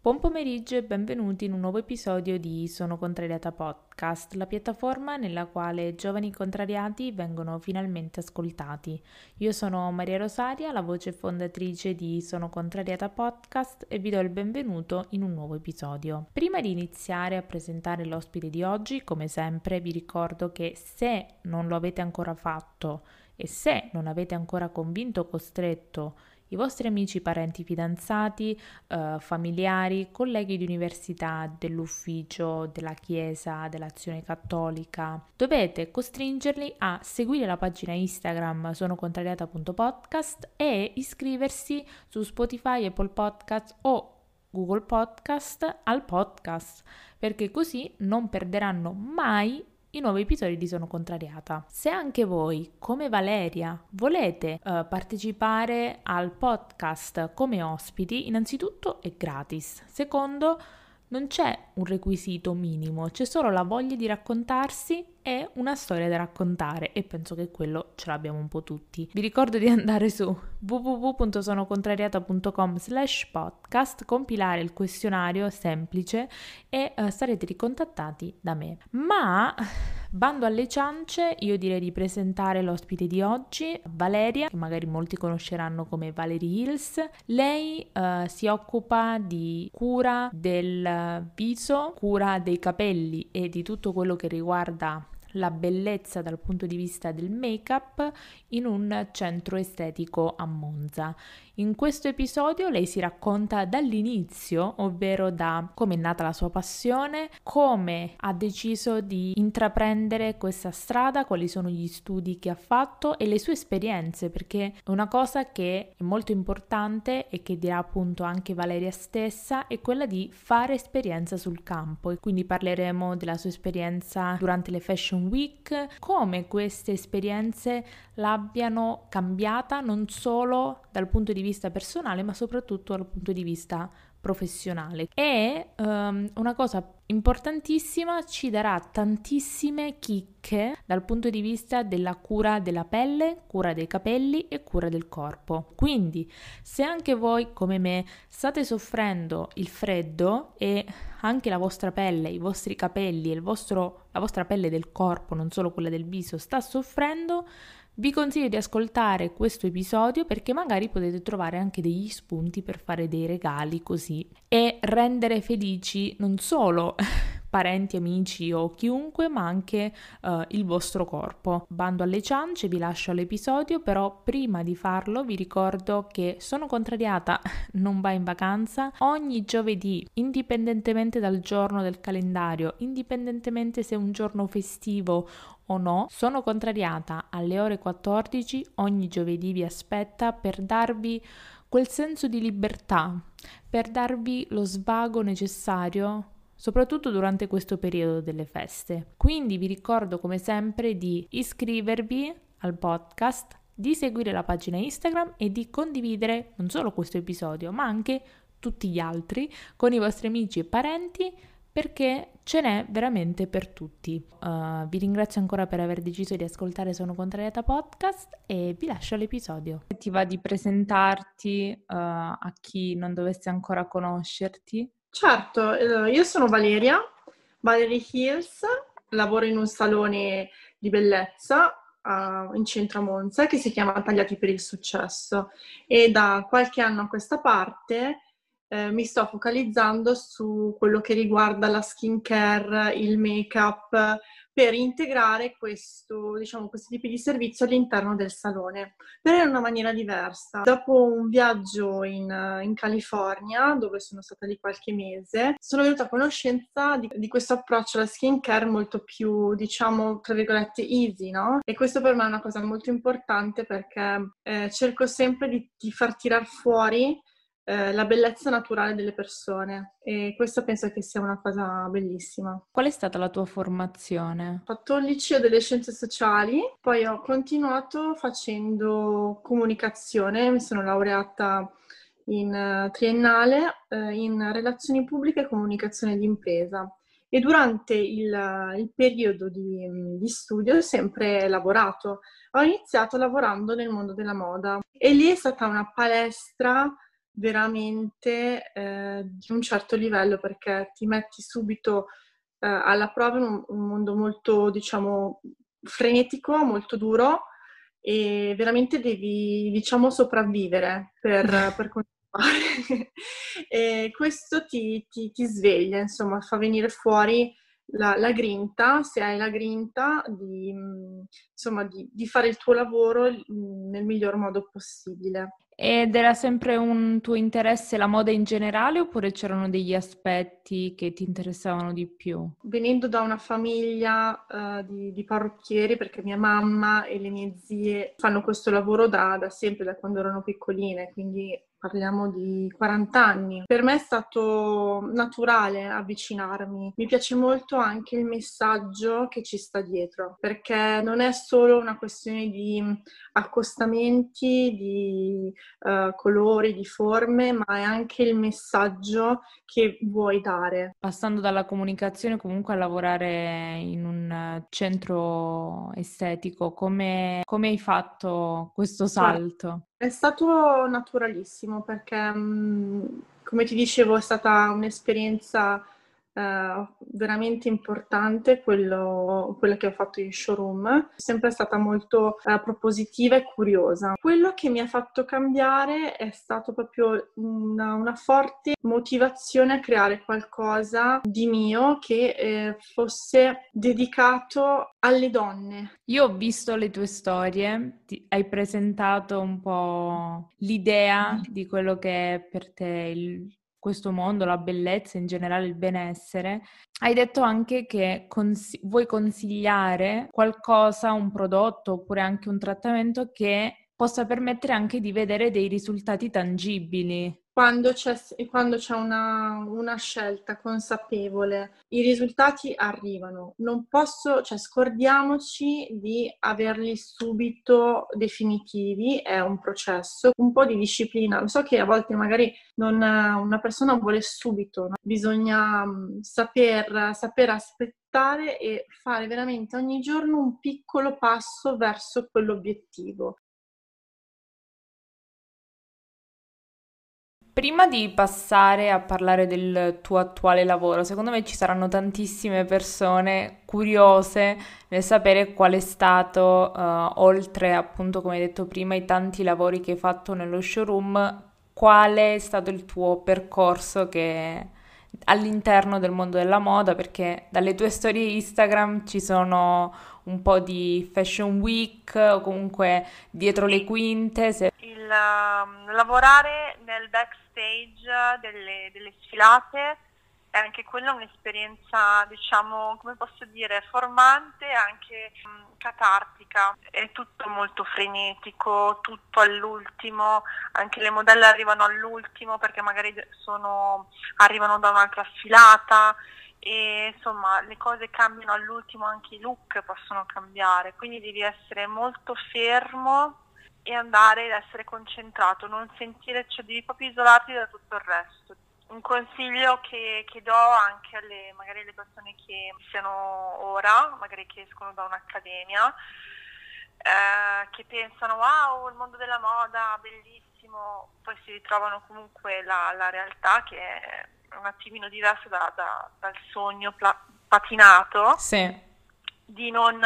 Buon pomeriggio e benvenuti in un nuovo episodio di Sono Contrariata Podcast, la piattaforma nella quale giovani contrariati vengono finalmente ascoltati. Io sono Maria Rosaria, la voce fondatrice di Sono Contrariata Podcast e vi do il benvenuto in un nuovo episodio. Prima di iniziare a presentare l'ospite di oggi, come sempre vi ricordo che se non lo avete ancora fatto e se non avete ancora convinto o costretto i vostri amici, parenti, fidanzati, familiari, colleghi di università, dell'ufficio, della chiesa, dell'azione cattolica, dovete costringerli a seguire la pagina Instagram sonocontrariata.podcast e iscriversi su Spotify, Apple Podcast o Google Podcast al podcast, perché così non perderanno mai i nuovi episodi di Sono Contrariata. Se anche voi, come Valeria, volete partecipare al podcast come ospiti, innanzitutto è gratis. Secondo, non c'è un requisito minimo, c'è solo la voglia di raccontarsi e una storia da raccontare, e penso che quello ce l'abbiamo un po' tutti. Vi ricordo di andare su www.sonocontrariata.com/podcast, compilare il questionario semplice e sarete ricontattati da me. Ma bando alle ciance, io direi di presentare l'ospite di oggi, Valeria, che magari molti conosceranno come Valerie Hills. Lei si occupa di cura del viso, cura dei capelli e di tutto quello che riguarda la bellezza dal punto di vista del make-up in un centro estetico a Monza. In questo episodio lei si racconta dall'inizio, ovvero da come è nata la sua passione, come ha deciso di intraprendere questa strada, quali sono gli studi che ha fatto e le sue esperienze, perché una cosa che è molto importante e che dirà appunto anche Valeria stessa è quella di fare esperienza sul campo, e quindi parleremo della sua esperienza durante le Fashion Week, come queste esperienze l'abbiano cambiata non solo dal punto di vista personale ma soprattutto dal punto di vista professionale. E una cosa importantissima, ci darà tantissime chicche dal punto di vista della cura della pelle, cura dei capelli e cura del corpo. Quindi se anche voi come me state soffrendo il freddo e anche la vostra pelle, i vostri capelli e la vostra pelle del corpo, non solo quella del viso, sta soffrendo, vi consiglio di ascoltare questo episodio, perché magari potete trovare anche degli spunti per fare dei regali così e rendere felici non solo parenti, amici o chiunque, ma anche il vostro corpo. Bando alle ciance, vi lascio all'episodio, però prima di farlo vi ricordo che Sono Contrariata non va in vacanza. Ogni giovedì, indipendentemente dal giorno del calendario, indipendentemente se è un giorno festivo o no, Sono Contrariata alle ore 14 ogni giovedì vi aspetta per darvi quel senso di libertà, per darvi lo svago necessario, soprattutto durante questo periodo delle feste. Quindi vi ricordo come sempre di iscrivervi al podcast, di seguire la pagina Instagram e di condividere non solo questo episodio, ma anche tutti gli altri con i vostri amici e parenti, perché ce n'è veramente per tutti. Vi ringrazio ancora per aver deciso di ascoltare Sono Contrariata Podcast e vi lascio all'episodio. Ti va di presentarti a chi non dovesse ancora conoscerti? Certo, io sono Valerie Hills, lavoro in un salone di bellezza in centro a Monza che si chiama Tagliati per il Successo, e da qualche anno a questa parte mi sto focalizzando su quello che riguarda la skincare, il make-up, per integrare questi tipi di servizio all'interno del salone, però in una maniera diversa. Dopo un viaggio in California, dove sono stata lì qualche mese, sono venuta a conoscenza di questo approccio alla skincare molto più, diciamo, tra virgolette, easy, no? E questo per me è una cosa molto importante, perché cerco sempre di far tirar fuori la bellezza naturale delle persone, e questo penso che sia una cosa bellissima. Qual è stata la tua formazione? Ho fatto il liceo delle scienze sociali, poi ho continuato facendo comunicazione, mi sono laureata in triennale in relazioni pubbliche e comunicazione d'impresa, e durante il periodo di studio ho sempre lavorato. Ho iniziato lavorando nel mondo della moda e lì è stata una palestra veramente di un certo livello, perché ti metti subito alla prova in un mondo molto, diciamo, frenetico, molto duro, e veramente devi, diciamo, sopravvivere per continuare. E questo ti sveglia, insomma, fa venire fuori la grinta, se hai la grinta insomma, di fare il tuo lavoro nel miglior modo possibile. Ed era sempre un tuo interesse la moda in generale oppure c'erano degli aspetti che ti interessavano di più? Venendo da una famiglia di parrucchieri, perché mia mamma e le mie zie fanno questo lavoro da sempre, da quando erano piccoline, quindi parliamo di 40 anni. Per me è stato naturale avvicinarmi. Mi piace molto anche il messaggio che ci sta dietro, perché non è solo una questione di accostamenti, di colori, di forme, ma è anche il messaggio che vuoi dare. Passando dalla comunicazione comunque a lavorare in un centro estetico, come hai fatto questo Guarda, salto? è stato naturalissimo perché, come ti dicevo, è stata un'esperienza veramente importante quella che ho fatto in showroom. È sempre stata molto propositiva e curiosa. Quello che mi ha fatto cambiare è stato proprio una forte motivazione a creare qualcosa di mio che fosse dedicato alle donne. Io ho visto le tue storie, hai presentato un po' l'idea di quello che è per te questo mondo, la bellezza, in generale il benessere. Hai detto anche che vuoi consigliare qualcosa, un prodotto oppure anche un trattamento che possa permettere anche di vedere dei risultati tangibili. Quando c'è una scelta consapevole, i risultati arrivano. Non posso, cioè, scordiamoci di averli subito definitivi, è un processo, un po' di disciplina. Lo so che a volte magari una persona vuole subito, no? Bisogna saper aspettare e fare veramente ogni giorno un piccolo passo verso quell'obiettivo. Prima di passare a parlare del tuo attuale lavoro, secondo me ci saranno tantissime persone curiose nel sapere qual è stato, oltre appunto come hai detto prima, i tanti lavori che hai fatto nello showroom, qual è stato il tuo percorso all'interno del mondo della moda, perché dalle tue storie Instagram ci sono un po' di Fashion Week o comunque dietro le quinte. Lavorare nel backstage delle sfilate è anche quella un'esperienza, diciamo, come posso dire, formante e anche catartica. È tutto molto frenetico, tutto all'ultimo, anche le modelle arrivano all'ultimo perché magari arrivano da un'altra sfilata e insomma le cose cambiano all'ultimo, anche i look possono cambiare, quindi devi essere molto fermo e andare ad essere concentrato, non sentire, cioè devi proprio isolarti da tutto il resto. Un consiglio che do anche magari alle persone che iniziano ora, magari che escono da un'accademia, che pensano wow, il mondo della moda, bellissimo, poi si ritrovano comunque la realtà che è un attimino diversa dal sogno patinato, Sì. di non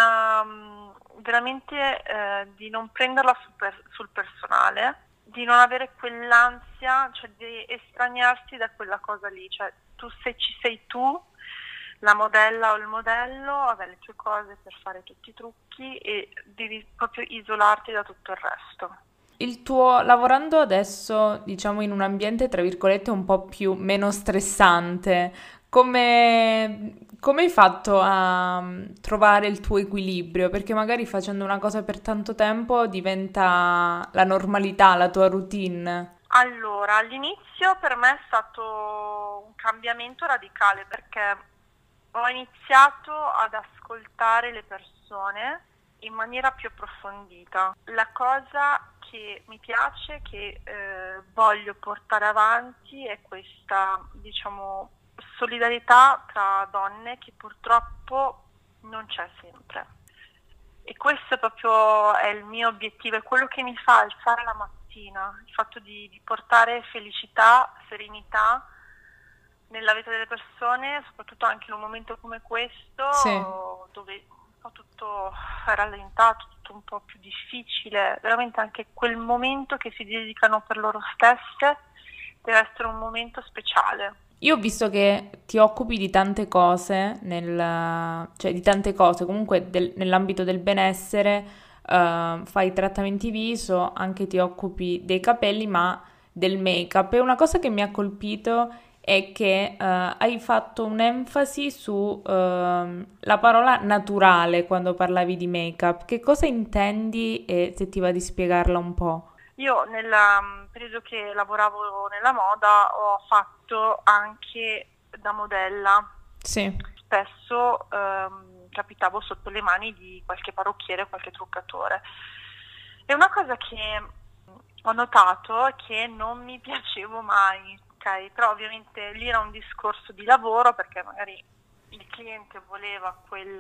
veramente di non prenderla sul personale, di non avere quell'ansia, cioè di estraniarsi da quella cosa lì, cioè ci sei tu, la modella o il modello, avrai le tue cose per fare tutti i trucchi e devi proprio isolarti da tutto il resto. Lavorando adesso, diciamo, in un ambiente, tra virgolette, un po' meno stressante, come hai fatto a trovare il tuo equilibrio? Perché magari facendo una cosa per tanto tempo diventa la normalità, la tua routine. Allora, all'inizio per me è stato un cambiamento radicale perché ho iniziato ad ascoltare le persone in maniera più approfondita. La cosa che mi piace, che voglio portare avanti è questa, diciamo, solidarietà tra donne che purtroppo non c'è sempre. E questo proprio è il mio obiettivo, è quello che mi fa alzare la mattina Cristina, il fatto di portare felicità, serenità nella vita delle persone, soprattutto anche in un momento come questo, Sì. dove un po' tutto è rallentato, tutto un po' più difficile, veramente anche quel momento che si dedicano per loro stesse deve essere un momento speciale. Io ho visto che ti occupi di tante cose, cioè di tante cose, comunque nell'ambito del benessere, fai trattamenti viso, anche ti occupi dei capelli, ma del make-up. E una cosa che mi ha colpito è che hai fatto un'enfasi su la parola naturale quando parlavi di make-up. Che cosa intendi e se ti va di spiegarla un po'? Io nel periodo che lavoravo nella moda ho fatto anche da modella. Sì. Spesso capitavo sotto le mani di qualche parrucchiere o qualche truccatore. E una cosa che ho notato è che non mi piacevo mai, ok? Però ovviamente lì era un discorso di lavoro, perché magari il cliente voleva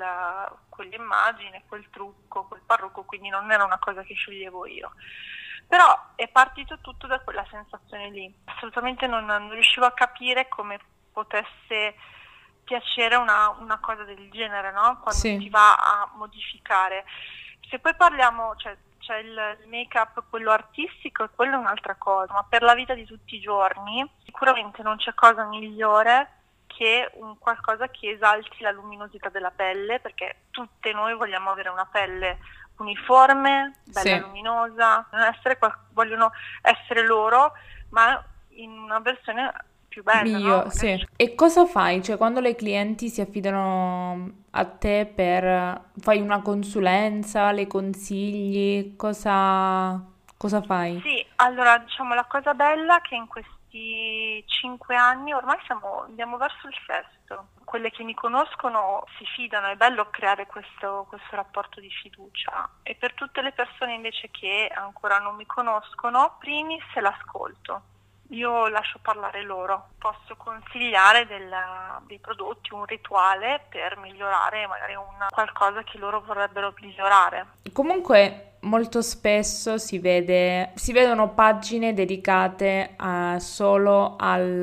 quell'immagine, quel trucco, quel parrucco, quindi non era una cosa che sceglievo io. Però è partito tutto da quella sensazione lì. Assolutamente non riuscivo a capire come potesse piacere una cosa del genere, no? Quando Sì. si va a modificare. Se poi parliamo, cioè c'è il make-up, quello artistico, e quello è un'altra cosa, ma per la vita di tutti i giorni sicuramente non c'è cosa migliore che un qualcosa che esalti la luminosità della pelle, perché tutte noi vogliamo avere una pelle uniforme, bella, Sì. luminosa, vogliono essere loro, ma in una versione più bella, no? Sì. E cosa fai? Cioè, quando le clienti si affidano a te fai una consulenza, le consigli, cosa fai? Sì, allora diciamo la cosa bella è che in questi 5 anni ormai andiamo verso il sesto. Quelle che mi conoscono si fidano, è bello creare questo rapporto di fiducia. E per tutte le persone invece che ancora non mi conoscono, primis l'ascolto. Io lascio parlare loro, posso consigliare dei prodotti, un rituale per migliorare magari qualcosa che loro vorrebbero migliorare. Comunque molto spesso si vedono pagine dedicate solo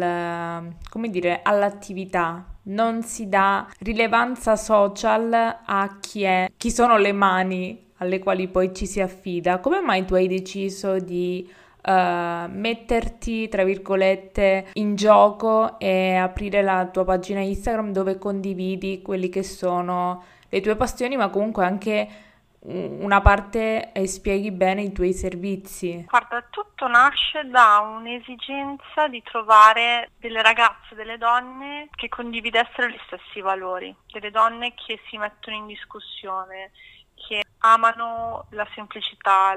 come dire, all'attività. Non si dà rilevanza social a chi sono le mani alle quali poi ci si affida. Come mai tu hai deciso di metterti, tra virgolette, in gioco e aprire la tua pagina Instagram dove condividi quelli che sono le tue passioni, ma comunque anche una parte e spieghi bene i tuoi servizi? Guarda, tutto nasce da un'esigenza di trovare delle ragazze, delle donne che condividessero gli stessi valori, delle donne che si mettono in discussione, che amano la semplicità,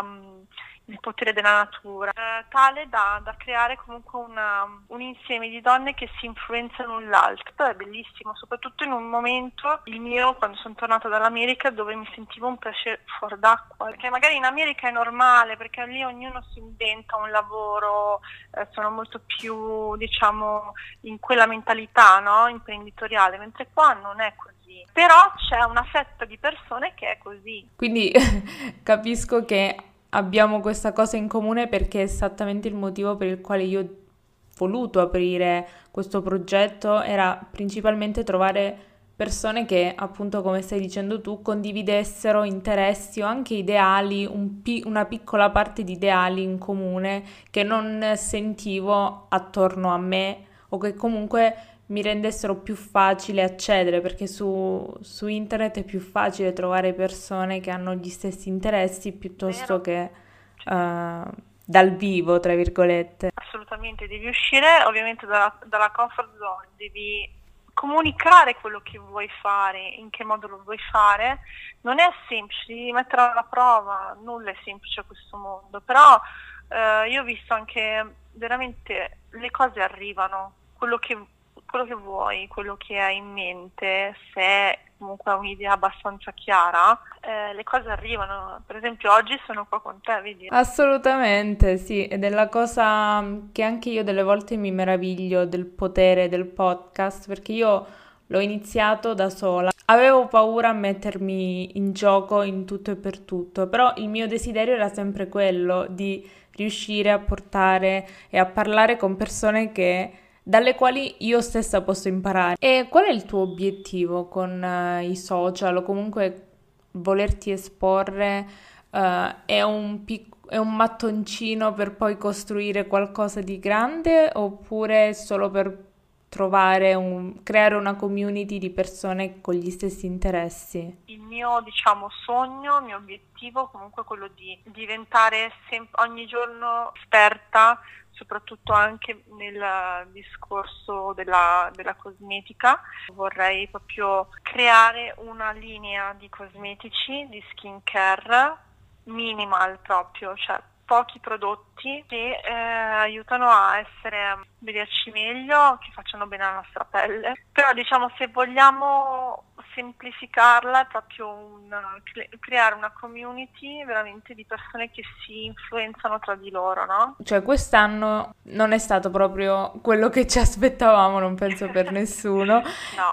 il potere della natura, tale da creare comunque un insieme di donne che si influenzano l'un l'altro. È bellissimo, soprattutto in un momento, il mio, quando sono tornata dall'America, dove mi sentivo un pesce fuor d'acqua, perché magari in America è normale, perché lì ognuno si inventa un lavoro, sono molto più, diciamo, in quella mentalità, no? Imprenditoriale, mentre qua non è così. Però c'è una fetta di persone che è così. Quindi capisco che abbiamo questa cosa in comune, perché è esattamente il motivo per il quale io ho voluto aprire questo progetto, era principalmente trovare persone che, appunto, come stai dicendo tu, condividessero interessi o anche ideali, una piccola parte di ideali in comune che non sentivo attorno a me, o che comunque mi rendessero più facile accedere, perché su internet è più facile trovare persone che hanno gli stessi interessi piuttosto che dal vivo, tra virgolette. Assolutamente, devi uscire ovviamente dalla comfort zone, devi comunicare quello che vuoi fare, in che modo lo vuoi fare. Non è semplice, devi mettere alla prova, nulla è semplice a questo mondo, però io ho visto anche veramente le cose arrivano, quello che vuoi, quello che hai in mente, se comunque hai un'idea abbastanza chiara, le cose arrivano. Per esempio oggi sono qua con te, vedi? Assolutamente, sì, ed è la cosa che anche io delle volte mi meraviglio del potere del podcast, perché io l'ho iniziato da sola. avevo paura a mettermi in gioco in tutto e per tutto, però il mio desiderio era sempre quello di riuscire a portare e a parlare con persone dalle quali io stessa posso imparare. E qual è il tuo obiettivo con i social o comunque volerti esporre? È un mattoncino per poi costruire qualcosa di grande oppure solo per creare una community di persone con gli stessi interessi? Il mio, sogno, il mio obiettivo comunque è quello di diventare ogni giorno esperta, soprattutto anche nel discorso della cosmetica. Vorrei proprio creare una linea di cosmetici, di skincare minimal proprio, cioè pochi prodotti che aiutano a vederci meglio, che facciano bene alla nostra pelle. Però se vogliamo semplificarla è proprio creare una community veramente di persone che si influenzano tra di loro, no? Cioè quest'anno non è stato proprio quello che ci aspettavamo, non penso per nessuno. No.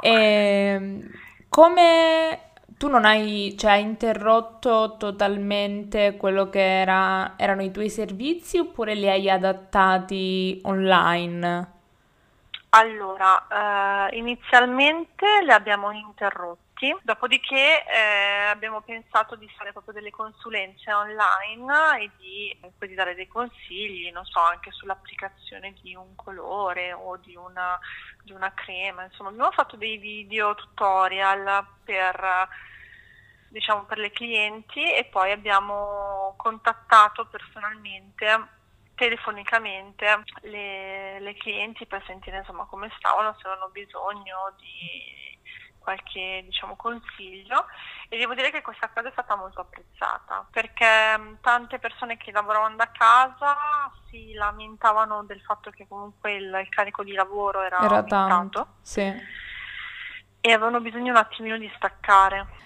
Come tu non hai interrotto totalmente quello che erano i tuoi servizi oppure li hai adattati online? Allora, inizialmente li abbiamo interrotti, dopodiché abbiamo pensato di fare proprio delle consulenze online e di dare dei consigli, non so, anche sull'applicazione di un colore o di una crema. Insomma, abbiamo fatto dei video tutorial per le clienti e poi abbiamo contattato personalmente, telefonicamente, le clienti per sentire insomma come stavano, se avevano bisogno di qualche consiglio, e devo dire che questa cosa è stata molto apprezzata perché tante persone che lavoravano da casa si lamentavano del fatto che comunque il carico di lavoro era aumentato, tanto, sì. E avevano bisogno un attimino di staccare.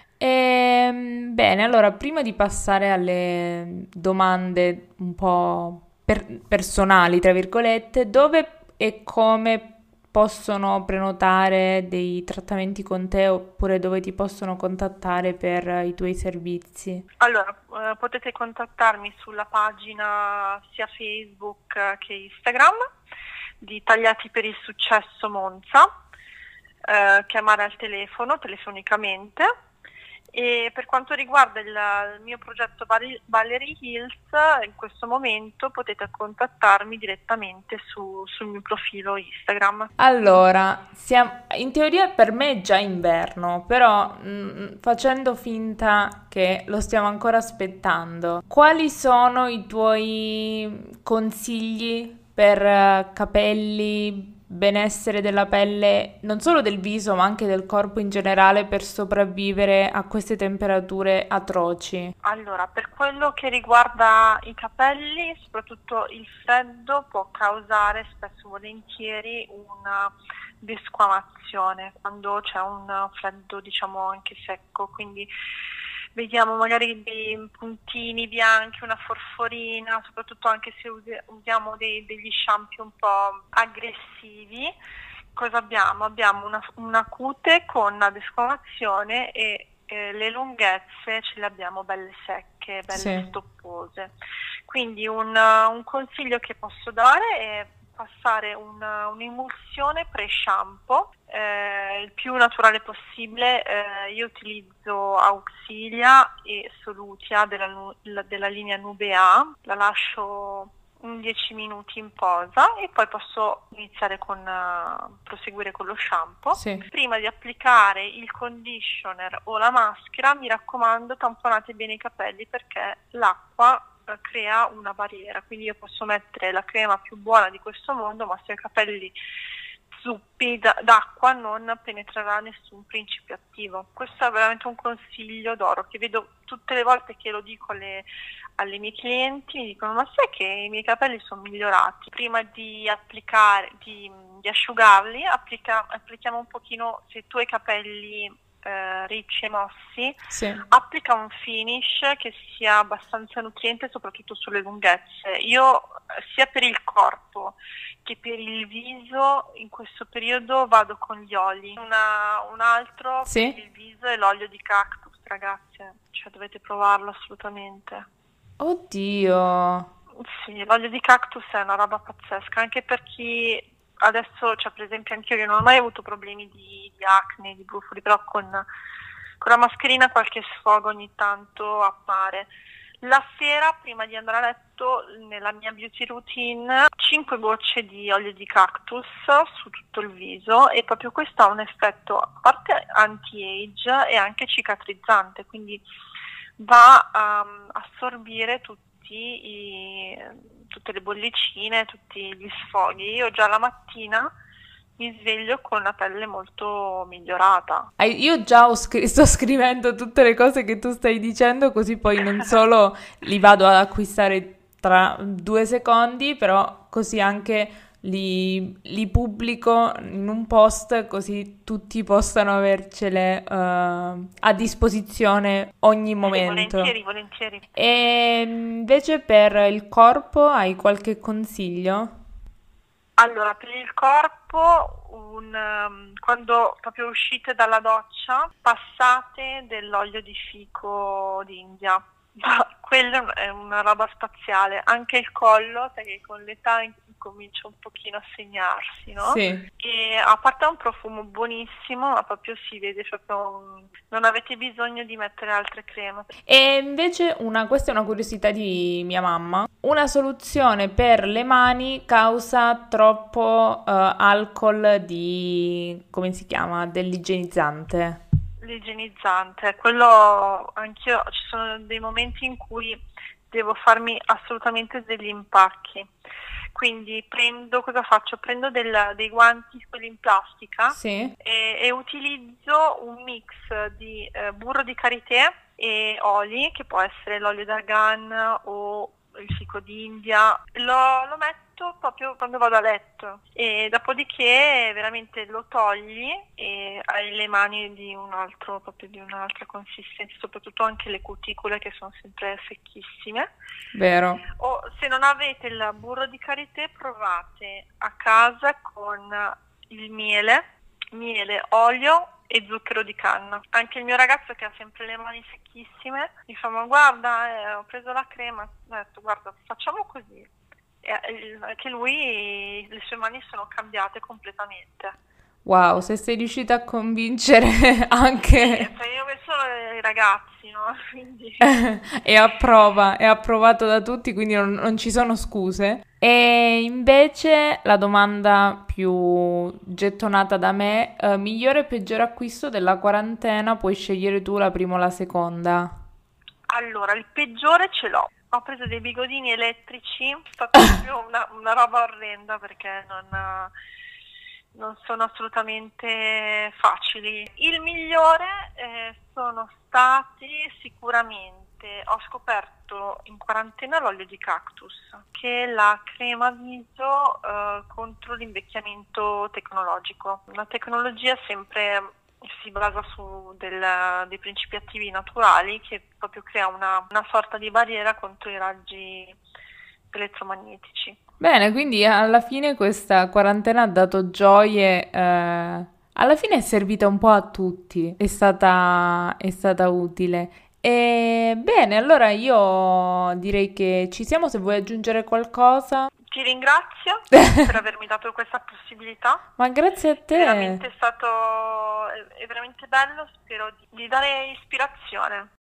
Bene, allora prima di passare alle domande un po' personali, tra virgolette, dove e come possono prenotare dei trattamenti con te oppure dove ti possono contattare per i tuoi servizi? Allora, potete contattarmi sulla pagina sia Facebook che Instagram di Tagliati per il Successo Monza, chiamare al telefonicamente. E per quanto riguarda il mio progetto Valerie Hills, in questo momento potete contattarmi direttamente sul mio profilo Instagram. Allora, in teoria per me è già inverno, però facendo finta che lo stiamo ancora aspettando, quali sono i tuoi consigli per capelli, benessere della pelle, non solo del viso ma anche del corpo in generale, per sopravvivere a queste temperature atroci? Allora, per quello che riguarda i capelli, soprattutto il freddo può causare spesso e volentieri una desquamazione quando c'è un freddo anche secco, quindi vediamo magari dei puntini bianchi, una forforina, soprattutto anche se usiamo degli shampoo un po' aggressivi. Cosa abbiamo? Abbiamo una cute con una desquamazione e le lunghezze ce le abbiamo belle secche, belle stoppose. Quindi un consiglio che posso dare è passare un'emulsione pre-shampoo il più naturale possibile. Io utilizzo Auxilia e Solutia della linea Nubea, la lascio 10 minuti in posa e poi posso iniziare proseguire con lo shampoo. Sì. Prima di applicare il conditioner o la maschera, mi raccomando, tamponate bene i capelli perché l'acqua crea una barriera, quindi io posso mettere la crema più buona di questo mondo, ma se ho i capelli zuppi d'acqua non penetrerà nessun principio attivo. Questo è veramente un consiglio d'oro che vedo tutte le volte che lo dico alle mie clienti, mi dicono: ma sai che i miei capelli sono migliorati? Prima di applicare, di asciugarli, applichiamo un pochino, se tu hai capelli ricci e mossi, Sì. applica un finish che sia abbastanza nutriente soprattutto sulle lunghezze. Io sia per il corpo che per il viso in questo periodo vado con gli oli. Un altro Sì? per il viso è l'olio di cactus, ragazze, cioè dovete provarlo assolutamente. Oddio. Sì, l'olio di cactus è una roba pazzesca, anche per chi adesso, cioè per esempio anch'io che non ho mai avuto problemi di acne, di brufoli, però con la mascherina qualche sfogo ogni tanto appare. La sera, prima di andare a letto, nella mia beauty routine, 5 gocce di olio di cactus su tutto il viso, e proprio questo ha un effetto, a parte anti-age, e anche cicatrizzante, quindi va a assorbire tutte le bollicine, tutti gli sfoghi. Io già la mattina mi sveglio con la pelle molto migliorata. Io già sto scrivendo tutte le cose che tu stai dicendo, così poi non solo li vado ad acquistare tra 2 secondi, però così anche li pubblico in un post, così tutti possano avercele a disposizione ogni Sì, momento. volentieri. E invece per il corpo hai qualche consiglio? Allora, per il corpo, quando proprio uscite dalla doccia, passate dell'olio di fico d'India. Ma quello è una roba spaziale. Anche il collo, perché con l'età comincia un pochino a segnarsi, no? Sì. E a parte un profumo buonissimo, ma proprio si vede proprio non avete bisogno di mettere altre creme. E invece questa è una curiosità di mia mamma. Una soluzione per le mani causa troppo alcol come si chiama? Dell'igienizzante. L'igienizzante, quello anch'io, ci sono dei momenti in cui devo farmi assolutamente degli impacchi. Quindi cosa faccio? Prendo dei guanti, quelli in plastica, Sì. e utilizzo un mix di burro di karité e oli, che può essere l'olio d'argan o il fico d'India. Lo metto proprio quando vado a letto, e dopodiché veramente lo togli e hai le mani proprio di un'altra consistenza, soprattutto anche le cuticole che sono sempre secchissime. Vero. O se non avete il burro di karité, provate a casa con il miele, olio e zucchero di canna. Anche il mio ragazzo, che ha sempre le mani secchissime, mi fa: ma guarda, ho preso la crema. Ho detto: guarda, facciamo così. E anche lui, le sue mani sono cambiate completamente. Wow, se sei riuscita a convincere anche... Cioè, io penso ai ragazzi, no? Quindi... è approvato da tutti, quindi non ci sono scuse. E invece la domanda più gettonata da me, migliore e peggiore acquisto della quarantena, puoi scegliere tu la prima o la seconda. Allora, il peggiore ce l'ho. Ho preso dei bigodini elettrici, è stata proprio una roba orrenda, perché non sono assolutamente facili. Il migliore sono stati sicuramente, ho scoperto in quarantena l'olio di cactus, che è la crema viso contro l'invecchiamento tecnologico. La tecnologia sempre si basa su dei principi attivi naturali, che proprio crea una sorta di barriera contro i raggi elettromagnetici. Bene, quindi alla fine questa quarantena ha dato gioie, alla fine è servita un po' a tutti, è stata utile. E bene, allora io direi che ci siamo, se vuoi aggiungere qualcosa. Ti ringrazio per avermi dato questa possibilità. Ma grazie a te. È veramente bello, spero di dare ispirazione.